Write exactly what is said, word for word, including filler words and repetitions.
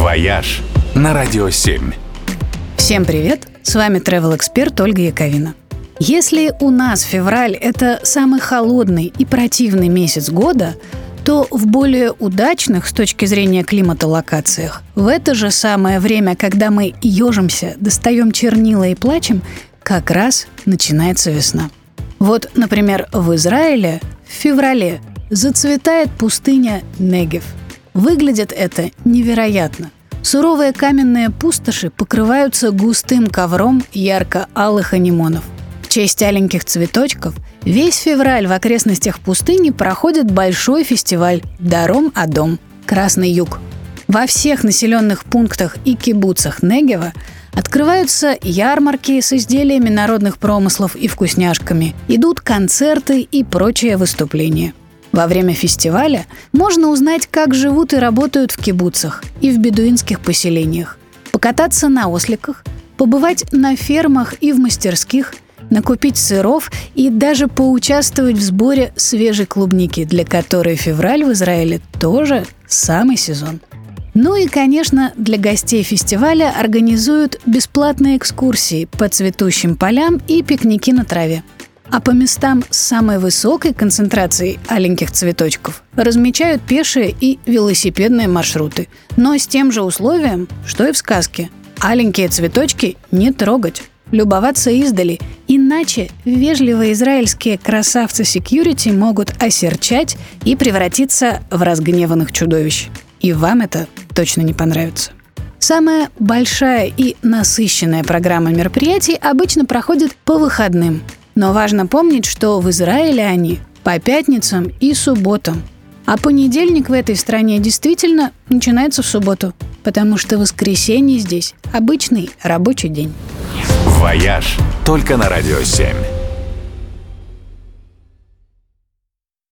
«Вояж» на Радио семь. Всем привет! С вами travel-эксперт Ольга Яковина. Если у нас февраль – это самый холодный и противный месяц года, то в более удачных с точки зрения климата локациях в это же самое время, когда мы ежимся, достаем чернила и плачем, как раз начинается весна. Вот, например, в Израиле в феврале зацветает пустыня Негев. Выглядит это невероятно. Суровые каменные пустоши покрываются густым ковром ярко-алых анемонов. В честь аленьких цветочков весь февраль в окрестностях пустыни проходит большой фестиваль «Даром Адом» – Красный Юг. Во всех населенных пунктах и кибуцах Негева открываются ярмарки с изделиями народных промыслов и вкусняшками, идут концерты и прочие выступления. Во время фестиваля можно узнать, как живут и работают в кибуцах и в бедуинских поселениях, покататься на осликах, побывать на фермах и в мастерских, накупить сыров и даже поучаствовать в сборе свежей клубники, для которой февраль в Израиле тоже самый сезон. Ну и, конечно, для гостей фестиваля организуют бесплатные экскурсии по цветущим полям и пикники на траве. А по местам с самой высокой концентрацией аленьких цветочков размечают пешие и велосипедные маршруты. Но с тем же условием, что и в сказке. Аленькие цветочки не трогать, любоваться издали, иначе вежливые израильские красавцы-секьюрити могут осерчать и превратиться в разгневанных чудовищ. И вам это точно не понравится. Самая большая и насыщенная программа мероприятий обычно проходит по выходным. Но важно помнить, что в Израиле они по пятницам и субботам. А понедельник в этой стране действительно начинается в субботу, потому что воскресенье здесь обычный рабочий день. «Вояж» только на Радио семь.